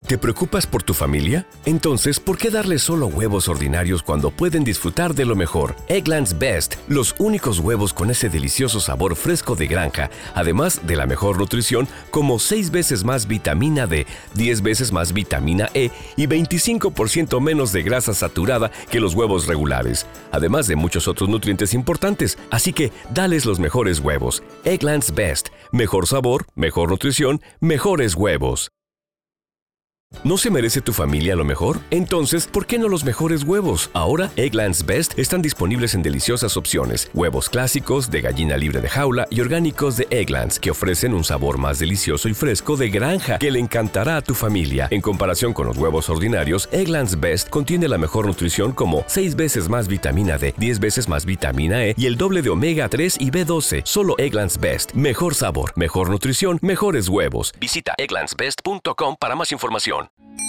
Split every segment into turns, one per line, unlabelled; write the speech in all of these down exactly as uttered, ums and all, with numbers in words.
¿Te preocupas por tu familia? Entonces, ¿por qué darles solo huevos ordinarios cuando pueden disfrutar de lo mejor? Eggland's Best, los únicos huevos con ese delicioso sabor fresco de granja, además de la mejor nutrición, como seis veces más vitamina D, diez veces más vitamina E y veinticinco por ciento menos de grasa saturada que los huevos regulares, además de muchos otros nutrientes importantes. Así que, dales los mejores huevos. Eggland's Best, mejor sabor, mejor nutrición, mejores huevos. ¿No se merece tu familia lo mejor? Entonces, ¿por qué no los mejores huevos? Ahora, Eggland's Best están disponibles en deliciosas opciones. Huevos clásicos, de gallina libre de jaula y orgánicos de Eggland's, que ofrecen un sabor más delicioso y fresco de granja que le encantará a tu familia. En comparación con los huevos ordinarios, Eggland's Best contiene la mejor nutrición como seis veces más vitamina D, diez veces más vitamina E y el doble de omega tres y B doce. Solo Eggland's Best. Mejor sabor, mejor nutrición, mejores huevos. Visita egglands best punto com para más información.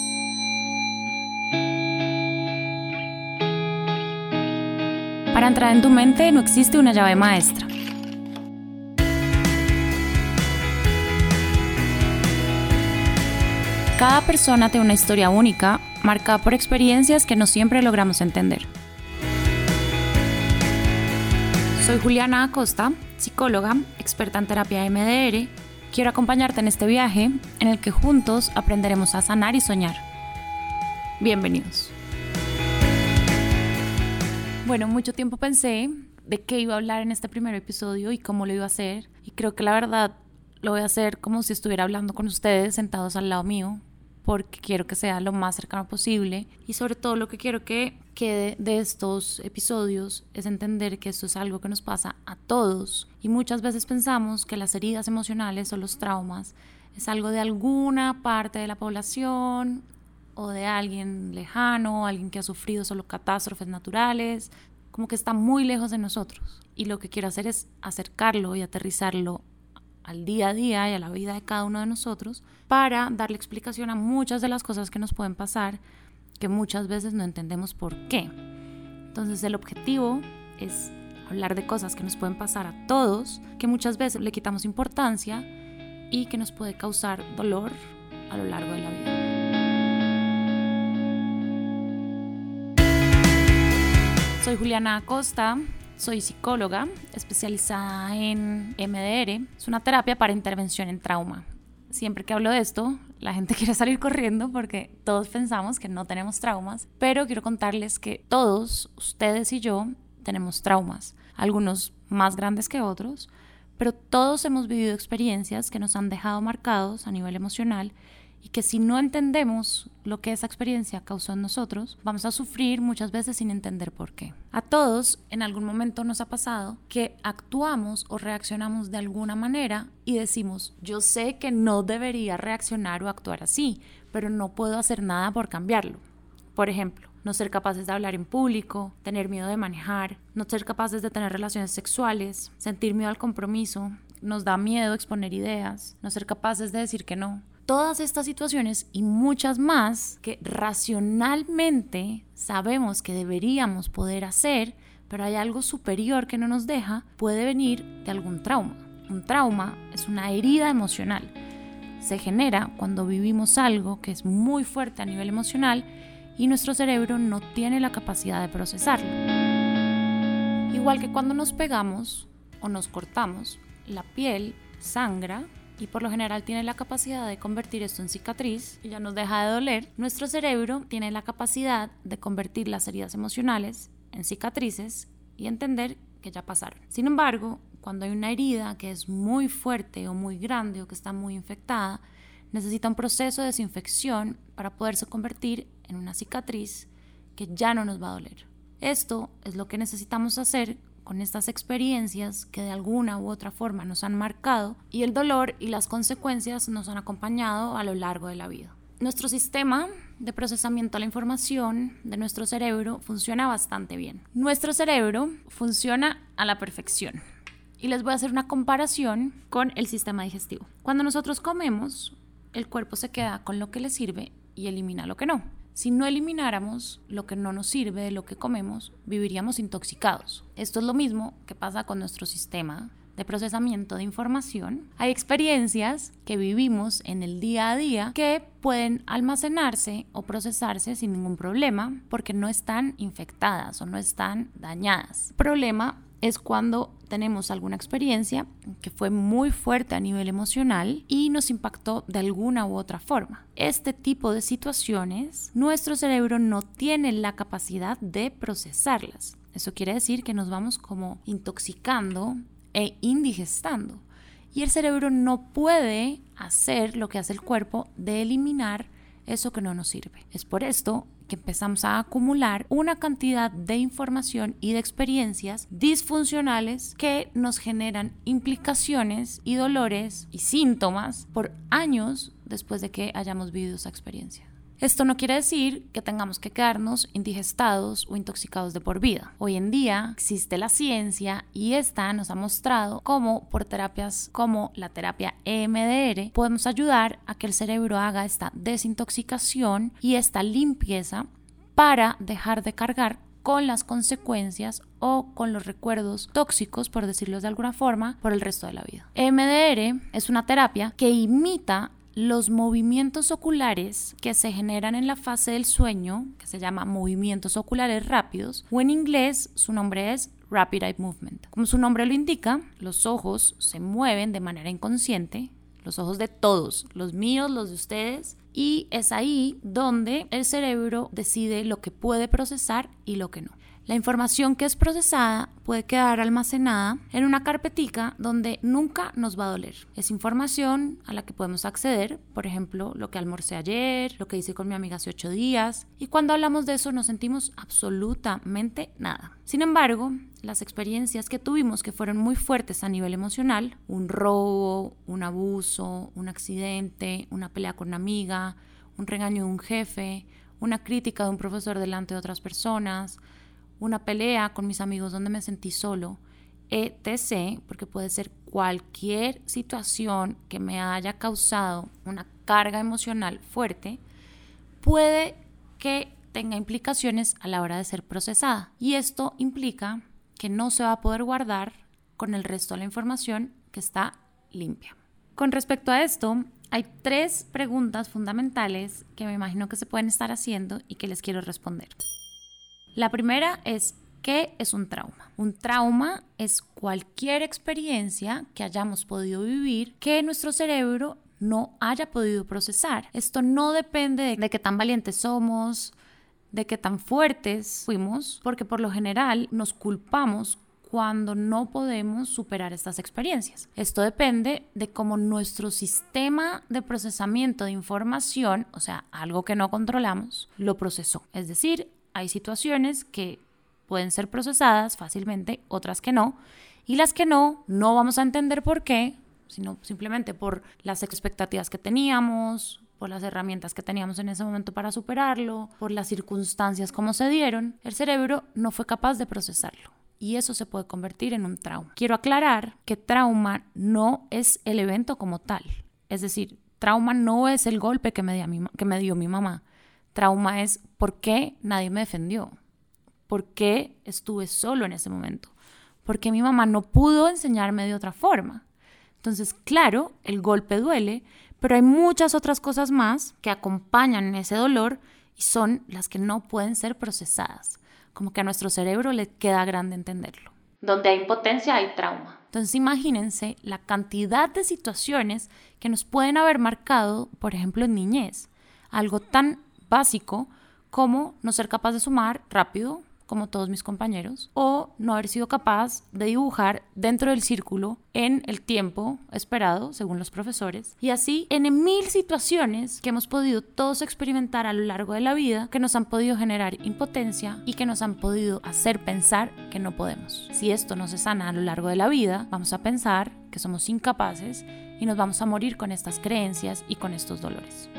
Para entrar en tu mente no existe una llave maestra. Cada persona tiene una historia única, marcada por experiencias que no siempre logramos entender. Soy Juliana Acosta, psicóloga, experta en terapia M D R. Quiero acompañarte en este viaje en el que juntos aprenderemos a sanar y soñar. Bienvenidos. Bueno, mucho tiempo pensé de qué iba a hablar en este primer episodio y cómo lo iba a hacer. Y creo que la verdad lo voy a hacer como si estuviera hablando con ustedes sentados al lado mío, porque quiero que sea lo más cercano posible. Y sobre todo lo que quiero que quede de estos episodios es entender que esto es algo que nos pasa a todos. Y muchas veces pensamos que las heridas emocionales o los traumas es algo de alguna parte de la población o de alguien lejano, alguien que ha sufrido solo catástrofes naturales, como que está muy lejos de nosotros. Y lo que quiero hacer es acercarlo y aterrizarlo al día a día y a la vida de cada uno de nosotros para darle explicación a muchas de las cosas que nos pueden pasar, que muchas veces no entendemos por qué. Entonces el objetivo es hablar de cosas que nos pueden pasar a todos, que muchas veces le quitamos importancia y que nos puede causar dolor a lo largo de la vida. Soy Juliana Acosta, soy psicóloga especializada en M D R. Es una terapia para intervención en trauma. Siempre que hablo de esto, la gente quiere salir corriendo porque todos pensamos que no tenemos traumas, pero quiero contarles que todos, ustedes y yo, tenemos traumas, algunos más grandes que otros, pero todos hemos vivido experiencias que nos han dejado marcados a nivel emocional y que si no entendemos lo que esa experiencia causó en nosotros, vamos a sufrir muchas veces sin entender por qué. A todos en algún momento nos ha pasado que actuamos o reaccionamos de alguna manera y decimos, yo sé que no debería reaccionar o actuar así, pero no puedo hacer nada por cambiarlo. Por ejemplo, no ser capaces de hablar en público, tener miedo de manejar, no ser capaces de tener relaciones sexuales, sentir miedo al compromiso, nos da miedo exponer ideas, no ser capaces de decir que no. Todas estas situaciones y muchas más que racionalmente sabemos que deberíamos poder hacer, pero hay algo superior que no nos deja, puede venir de algún trauma. Un trauma es una herida emocional. Se genera cuando vivimos algo que es muy fuerte a nivel emocional y nuestro cerebro no tiene la capacidad de procesarlo. Igual que cuando nos pegamos o nos cortamos, la piel sangra y por lo general tiene la capacidad de convertir esto en cicatriz y ya nos deja de doler. Nuestro cerebro tiene la capacidad de convertir las heridas emocionales en cicatrices y entender que ya pasaron. Sin embargo, cuando hay una herida que es muy fuerte o muy grande o que está muy infectada, necesita un proceso de desinfección para poderse convertir en una cicatriz que ya no nos va a doler. Esto es lo que necesitamos hacer con estas experiencias que de alguna u otra forma nos han marcado y el dolor y las consecuencias nos han acompañado a lo largo de la vida. Nuestro sistema de procesamiento de la información de nuestro cerebro funciona bastante bien. Nuestro cerebro funciona a la perfección. Y les voy a hacer una comparación con el sistema digestivo. Cuando nosotros comemos, el cuerpo se queda con lo que le sirve y elimina lo que no. Si no elimináramos lo que no nos sirve de lo que comemos, viviríamos intoxicados. Esto es lo mismo que pasa con nuestro sistema de procesamiento de información, hay experiencias que vivimos en el día a día que pueden almacenarse o procesarse sin ningún problema porque no están infectadas o no están dañadas. El problema es cuando tenemos alguna experiencia que fue muy fuerte a nivel emocional y nos impactó de alguna u otra forma. Este tipo de situaciones, nuestro cerebro no tiene la capacidad de procesarlas. Eso quiere decir que nos vamos como intoxicando e indigestando. Y el cerebro no puede hacer lo que hace el cuerpo de eliminar eso que no nos sirve. Es por esto que empezamos a acumular una cantidad de información y de experiencias disfuncionales que nos generan implicaciones y dolores y síntomas por años después de que hayamos vivido esa experiencia. Esto no quiere decir que tengamos que quedarnos indigestados o intoxicados de por vida. Hoy en día existe la ciencia y esta nos ha mostrado cómo por terapias como la terapia E M D R podemos ayudar a que el cerebro haga esta desintoxicación y esta limpieza para dejar de cargar con las consecuencias o con los recuerdos tóxicos, por decirlo de alguna forma, por el resto de la vida. E M D R es una terapia que imita los movimientos oculares que se generan en la fase del sueño, que se llama movimientos oculares rápidos, o en inglés su nombre es Rapid Eye Movement. Como su nombre lo indica, los ojos se mueven de manera inconsciente, los ojos de todos, los míos, los de ustedes, y es ahí donde el cerebro decide lo que puede procesar y lo que no. La información que es procesada puede quedar almacenada en una carpetica donde nunca nos va a doler. Es información a la que podemos acceder, por ejemplo, lo que almorcé ayer, lo que hice con mi amiga hace ocho días, y cuando hablamos de eso no sentimos absolutamente nada. Sin embargo, las experiencias que tuvimos que fueron muy fuertes a nivel emocional, un robo, un abuso, un accidente, una pelea con una amiga, un regaño de un jefe, una crítica de un profesor delante de otras personas, una pelea con mis amigos donde me sentí solo, etcétera, porque puede ser cualquier situación que me haya causado una carga emocional fuerte, puede que tenga implicaciones a la hora de ser procesada. Y esto implica que no se va a poder guardar con el resto de la información que está limpia. Con respecto a esto, hay tres preguntas fundamentales que me imagino que se pueden estar haciendo y que les quiero responder. La primera es, ¿qué es un trauma? Un trauma es cualquier experiencia que hayamos podido vivir que nuestro cerebro no haya podido procesar. Esto no depende de, de qué tan valientes somos, de qué tan fuertes fuimos, porque por lo general nos culpamos cuando no podemos superar estas experiencias. Esto depende de cómo nuestro sistema de procesamiento de información, o sea, algo que no controlamos, lo procesó. Es decir, hay situaciones que pueden ser procesadas fácilmente, otras que no, y las que no, no vamos a entender por qué, sino simplemente por las expectativas que teníamos, por las herramientas que teníamos en ese momento para superarlo, por las circunstancias como se dieron. El cerebro no fue capaz de procesarlo y eso se puede convertir en un trauma. Quiero aclarar que trauma no es el evento como tal, es decir, trauma no es el golpe que me dio mi, que me dio mi mamá. Trauma es por qué nadie me defendió, por qué estuve solo en ese momento, por qué mi mamá no pudo enseñarme de otra forma. Entonces, claro, el golpe duele, pero hay muchas otras cosas más que acompañan ese dolor y son las que no pueden ser procesadas, como que a nuestro cerebro le queda grande entenderlo. Donde hay impotencia hay trauma. Entonces imagínense la cantidad de situaciones que nos pueden haber marcado, por ejemplo en niñez, algo tan básico como no ser capaz de sumar rápido como todos mis compañeros o no haber sido capaz de dibujar dentro del círculo en el tiempo esperado según los profesores, y así en mil situaciones que hemos podido todos experimentar a lo largo de la vida que nos han podido generar impotencia y que nos han podido hacer pensar que no podemos. Si esto no se sana a lo largo de la vida, vamos a pensar que somos incapaces y nos vamos a morir con estas creencias y con estos dolores.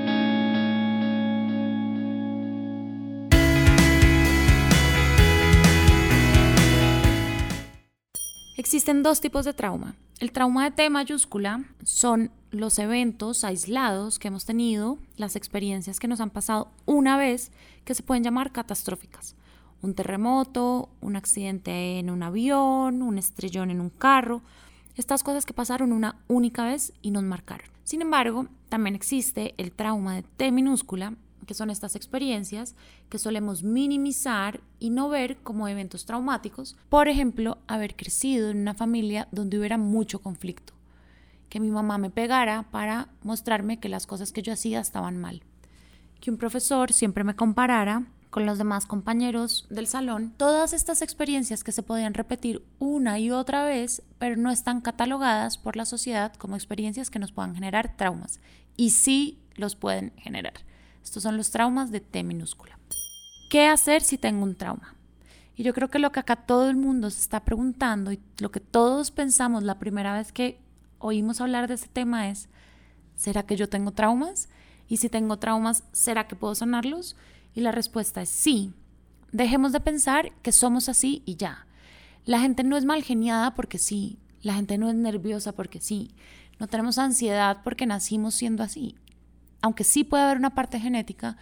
Existen dos tipos de trauma. El trauma de T mayúscula son los eventos aislados que hemos tenido, las experiencias que nos han pasado una vez, que se pueden llamar catastróficas. Un terremoto, un accidente en un avión, un estrellón en un carro. estas cosas que pasaron una única vez y nos marcaron. Sin embargo, también existe el trauma de T minúscula, que son estas experiencias que solemos minimizar y no ver como eventos traumáticos. Por ejemplo, haber crecido en una familia donde hubiera mucho conflicto, que mi mamá me pegara para mostrarme que las cosas que yo hacía estaban mal, que un profesor siempre me comparara con los demás compañeros del salón. Todas estas experiencias que se podían repetir una y otra vez, pero no están catalogadas por la sociedad como experiencias que nos puedan generar traumas, y sí los pueden generar. Estos son los traumas de T minúscula. ¿Qué hacer si tengo un trauma? Y yo creo que lo que acá todo el mundo se está preguntando y lo que todos pensamos la primera vez que oímos hablar de este tema es: ¿será que yo tengo traumas? Y si tengo traumas, ¿será que puedo sanarlos? Y la respuesta es sí. Dejemos de pensar que somos así y ya. La gente no es mal geniada porque sí. La gente no es nerviosa porque sí. No tenemos ansiedad porque nacimos siendo así. Aunque sí puede haber una parte genética,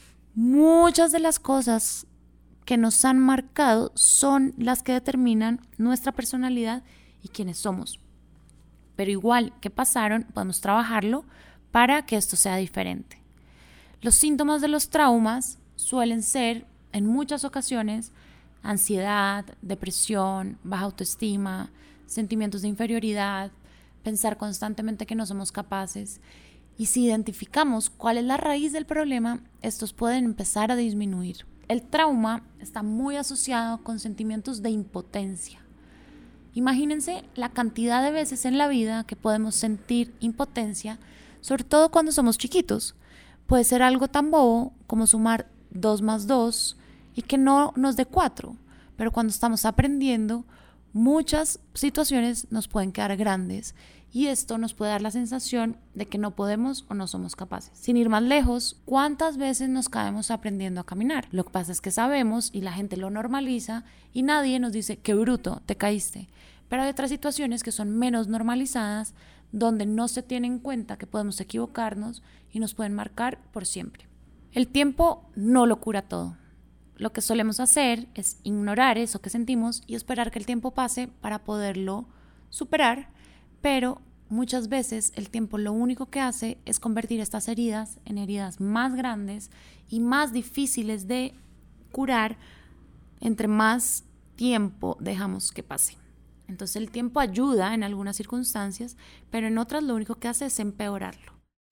muchas de las cosas que nos han marcado son las que determinan nuestra personalidad y quiénes somos. Pero igual que pasaron, podemos trabajarlo para que esto sea diferente. Los síntomas de los traumas suelen ser, en muchas ocasiones, ansiedad, depresión, baja autoestima, sentimientos de inferioridad, pensar constantemente que no somos capaces. Y si identificamos cuál es la raíz del problema, estos pueden empezar a disminuir. El trauma está muy asociado con sentimientos de impotencia. Imagínense la cantidad de veces en la vida que podemos sentir impotencia, sobre todo cuando somos chiquitos. Puede ser algo tan bobo como sumar dos más dos y que no nos dé cuatro, pero cuando estamos aprendiendo, muchas situaciones nos pueden quedar grandes y esto nos puede dar la sensación de que no podemos o no somos capaces. Sin ir más lejos, ¿cuántas veces nos caemos aprendiendo a caminar? Lo que pasa es que sabemos y la gente lo normaliza y nadie nos dice: qué bruto, te caíste. Pero hay otras situaciones que son menos normalizadas, donde no se tiene en cuenta que podemos equivocarnos y nos pueden marcar por siempre. El tiempo no lo cura todo. Lo que solemos hacer es ignorar eso que sentimos y esperar que el tiempo pase para poderlo superar, pero muchas veces el tiempo lo único que hace es convertir estas heridas en heridas más grandes y más difíciles de curar entre más tiempo dejamos que pase. Entonces el tiempo ayuda en algunas circunstancias, pero en otras lo único que hace es empeorarlo.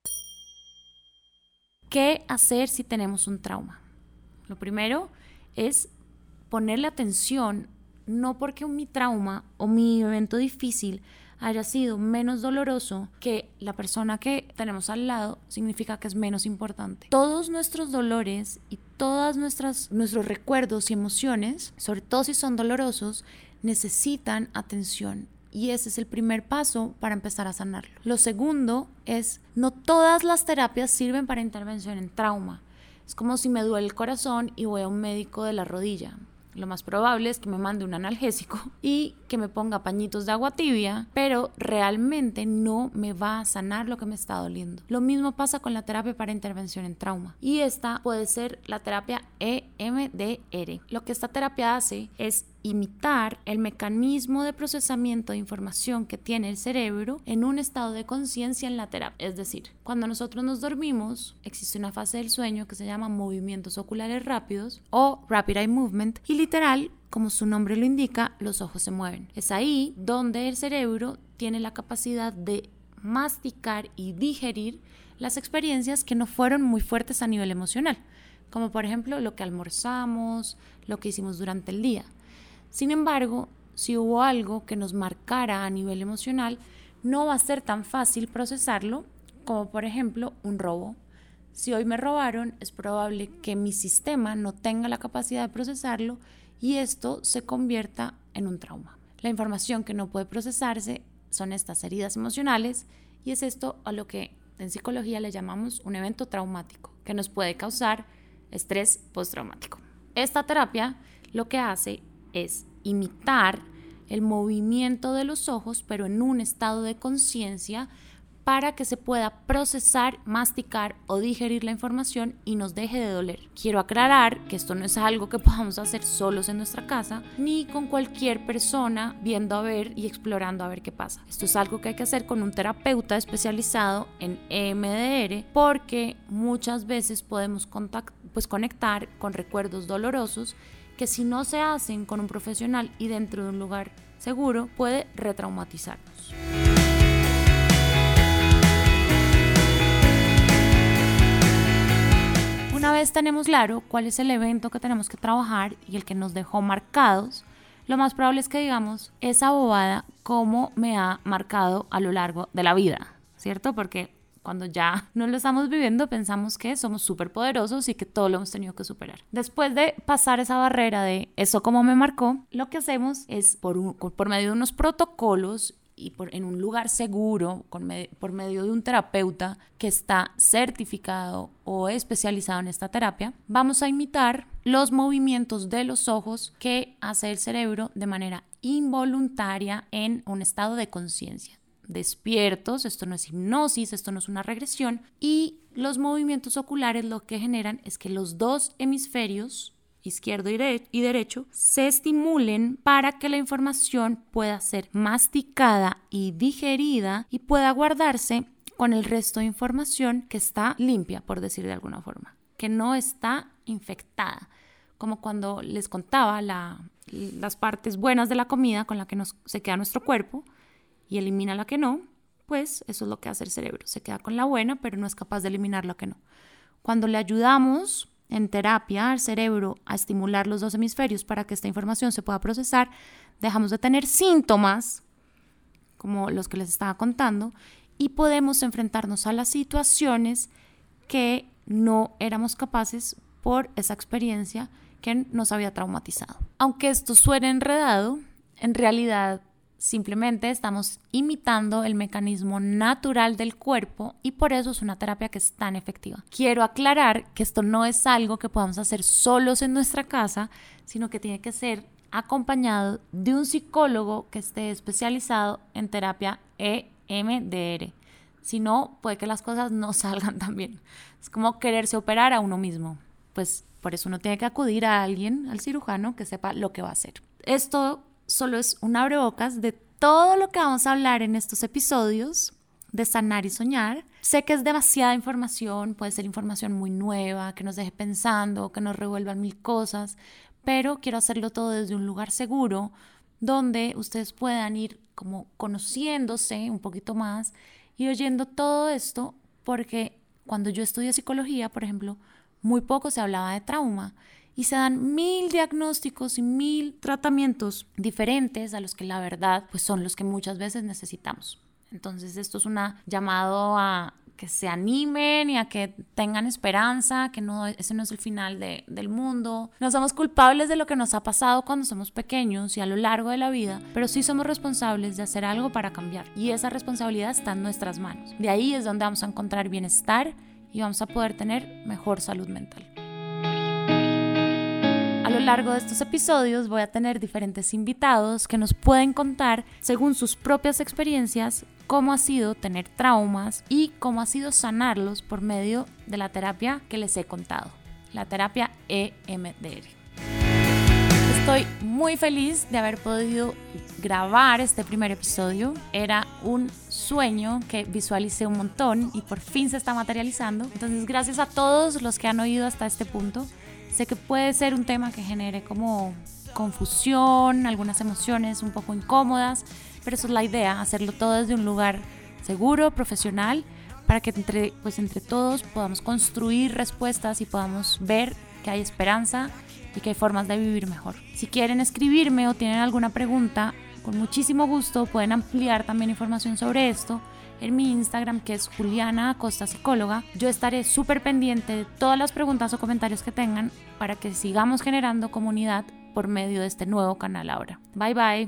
¿Qué hacer si tenemos un trauma? Lo primero es ponerle atención, no porque mi trauma o mi evento difícil haya sido menos doloroso que la persona que tenemos al lado, significa que es menos importante. Todos nuestros dolores y todos nuestros recuerdos y emociones, sobre todo si son dolorosos, necesitan atención. Y ese es el primer paso para empezar a sanarlo. Lo segundo es, no todas las terapias sirven para intervención en trauma. Es como si me duele el corazón y voy a un médico de la rodilla. Lo más probable es que me mande un analgésico y que me ponga pañitos de agua tibia, pero realmente no me va a sanar lo que me está doliendo. Lo mismo pasa con la terapia para intervención en trauma. Y esta puede ser la terapia E M D R. Lo que esta terapia hace es imitar el mecanismo de procesamiento de información que tiene el cerebro en un estado de conciencia en la terapia. Es decir, cuando nosotros nos dormimos, existe una fase del sueño que se llama movimientos oculares rápidos o rapid eye movement, y literal, como su nombre lo indica, los ojos se mueven. Es ahí donde el cerebro tiene la capacidad de masticar y digerir las experiencias que no fueron muy fuertes a nivel emocional, como por ejemplo lo que almorzamos, lo que hicimos durante el día. Sin embargo, si hubo algo que nos marcara a nivel emocional, no va a ser tan fácil procesarlo como por ejemplo un robo. Si hoy me robaron, es probable que mi sistema no tenga la capacidad de procesarlo y esto se convierta en un trauma. La información que no puede procesarse son estas heridas emocionales y es esto a lo que en psicología le llamamos un evento traumático, que nos puede causar estrés postraumático. Esta terapia lo que hace es imitar el movimiento de los ojos, pero en un estado de conciencia, para que se pueda procesar, masticar o digerir la información y nos deje de doler. Quiero aclarar que esto no es algo que podamos hacer solos en nuestra casa, ni con cualquier persona viendo a ver y explorando a ver qué pasa. Esto es algo que hay que hacer con un terapeuta especializado en E M D R, porque muchas veces podemos contact- pues conectar con recuerdos dolorosos que, si no se hacen con un profesional y dentro de un lugar seguro, puede retraumatizarnos. Una vez tenemos claro cuál es el evento que tenemos que trabajar y el que nos dejó marcados, lo más probable es que digamos, esa bobada cómo me ha marcado a lo largo de la vida, ¿cierto? Porque cuando ya no lo estamos viviendo pensamos que somos súper poderosos y que todo lo hemos tenido que superar. Después de pasar esa barrera de eso cómo me marcó, lo que hacemos es por, un, por medio de unos protocolos y por, en un lugar seguro, con med- por medio de un terapeuta que está certificado o especializado en esta terapia, vamos a imitar los movimientos de los ojos que hace el cerebro de manera involuntaria en un estado de conciencia. Despiertos, esto no es hipnosis, esto no es una regresión, y los movimientos oculares lo que generan es que los dos hemisferios, izquierdo y, de- y derecho, se estimulen para que la información pueda ser masticada y digerida y pueda guardarse con el resto de información que está limpia, por decir de alguna forma, que no está infectada, como cuando les contaba la, las partes buenas de la comida con la que nos, se queda nuestro cuerpo y elimina la que no. Pues eso es lo que hace el cerebro, se queda con la buena pero no es capaz de eliminar la que no. Cuando le ayudamos en terapia al cerebro a estimular los dos hemisferios para que esta información se pueda procesar, dejamos de tener síntomas como los que les estaba contando y podemos enfrentarnos a las situaciones que no éramos capaces por esa experiencia que nos había traumatizado. Aunque esto suene enredado, en realidad simplemente estamos imitando el mecanismo natural del cuerpo y por eso es una terapia que es tan efectiva. Quiero aclarar que esto no es algo que podamos hacer solos en nuestra casa, sino que tiene que ser acompañado de un psicólogo que esté especializado en terapia E M D R. Si no, puede que las cosas no salgan tan bien. Es como quererse operar a uno mismo. Pues por eso uno tiene que acudir a alguien, al cirujano, que sepa lo que va a hacer. Esto solo es un abrebocas de todo lo que vamos a hablar en estos episodios de Sanar y Soñar. Sé que es demasiada información, puede ser información muy nueva, que nos deje pensando, que nos revuelvan mil cosas, pero quiero hacerlo todo desde un lugar seguro, donde ustedes puedan ir como conociéndose un poquito más y oyendo todo esto, porque cuando yo estudié psicología, por ejemplo, muy poco se hablaba de trauma. Y se dan mil diagnósticos y mil tratamientos diferentes a los que la verdad pues son los que muchas veces necesitamos. Entonces esto es un llamado a que se animen y a que tengan esperanza, que no, ese no es el final de, del mundo. No somos culpables de lo que nos ha pasado cuando somos pequeños y a lo largo de la vida, pero sí somos responsables de hacer algo para cambiar. Y esa responsabilidad está en nuestras manos. De ahí es donde vamos a encontrar bienestar y vamos a poder tener mejor salud mental. A lo largo de estos episodios voy a tener diferentes invitados que nos pueden contar, según sus propias experiencias, cómo ha sido tener traumas y cómo ha sido sanarlos por medio de la terapia que les he contado, la terapia E M D R. Estoy muy feliz de haber podido grabar este primer episodio. Era un sueño que visualicé un montón y por fin se está materializando. Entonces, gracias a todos los que han oído hasta este punto. Sé que puede ser un tema que genere como confusión, algunas emociones un poco incómodas, pero eso es la idea, hacerlo todo desde un lugar seguro, profesional, para que entre, pues entre todos podamos construir respuestas y podamos ver que hay esperanza y que hay formas de vivir mejor. Si quieren escribirme o tienen alguna pregunta, con muchísimo gusto pueden ampliar también información sobre esto en mi Instagram, que es Juliana Acosta Psicóloga. Yo estaré súper pendiente de todas las preguntas o comentarios que tengan para que sigamos generando comunidad por medio de este nuevo canal ahora. Bye bye.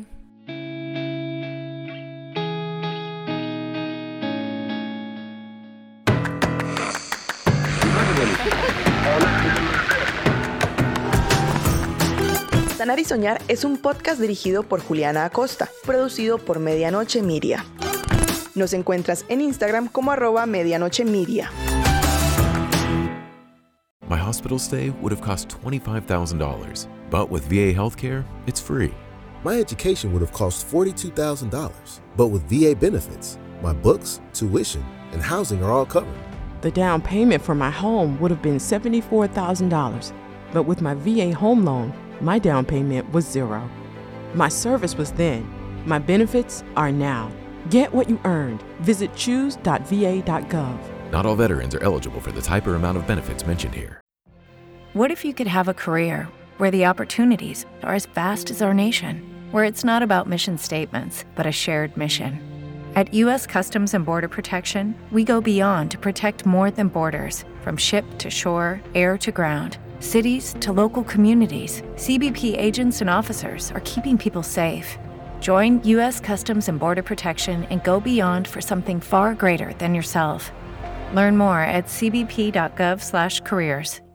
Sanar y Soñar es un podcast dirigido por Juliana Acosta, producido por Medianoche Media. Nos encuentras en Instagram como arroba medianoche media.
My hospital stay would have cost twenty-five thousand dollars, but with V A healthcare, it's free.
My education would have cost forty-two thousand dollars, but with V A benefits, my books, tuition, and housing are all covered.
The down payment for my home would have been seventy-four thousand dollars, but with my V A home loan, my down payment was zero. My service was then. My benefits are now. Get what you earned. Visit choose dot v a dot gov.
Not all veterans are eligible for the type or amount of benefits mentioned here.
What if you could have a career where the opportunities are as vast as our nation, where it's not about mission statements, but a shared mission? At U S Customs and Border Protection, we go beyond to protect more than borders. From ship to shore, air to ground, cities to local communities, C B P agents and officers are keeping people safe. Join U S Customs and Border Protection and go beyond for something far greater than yourself. Learn more at c b p dot gov slash careers.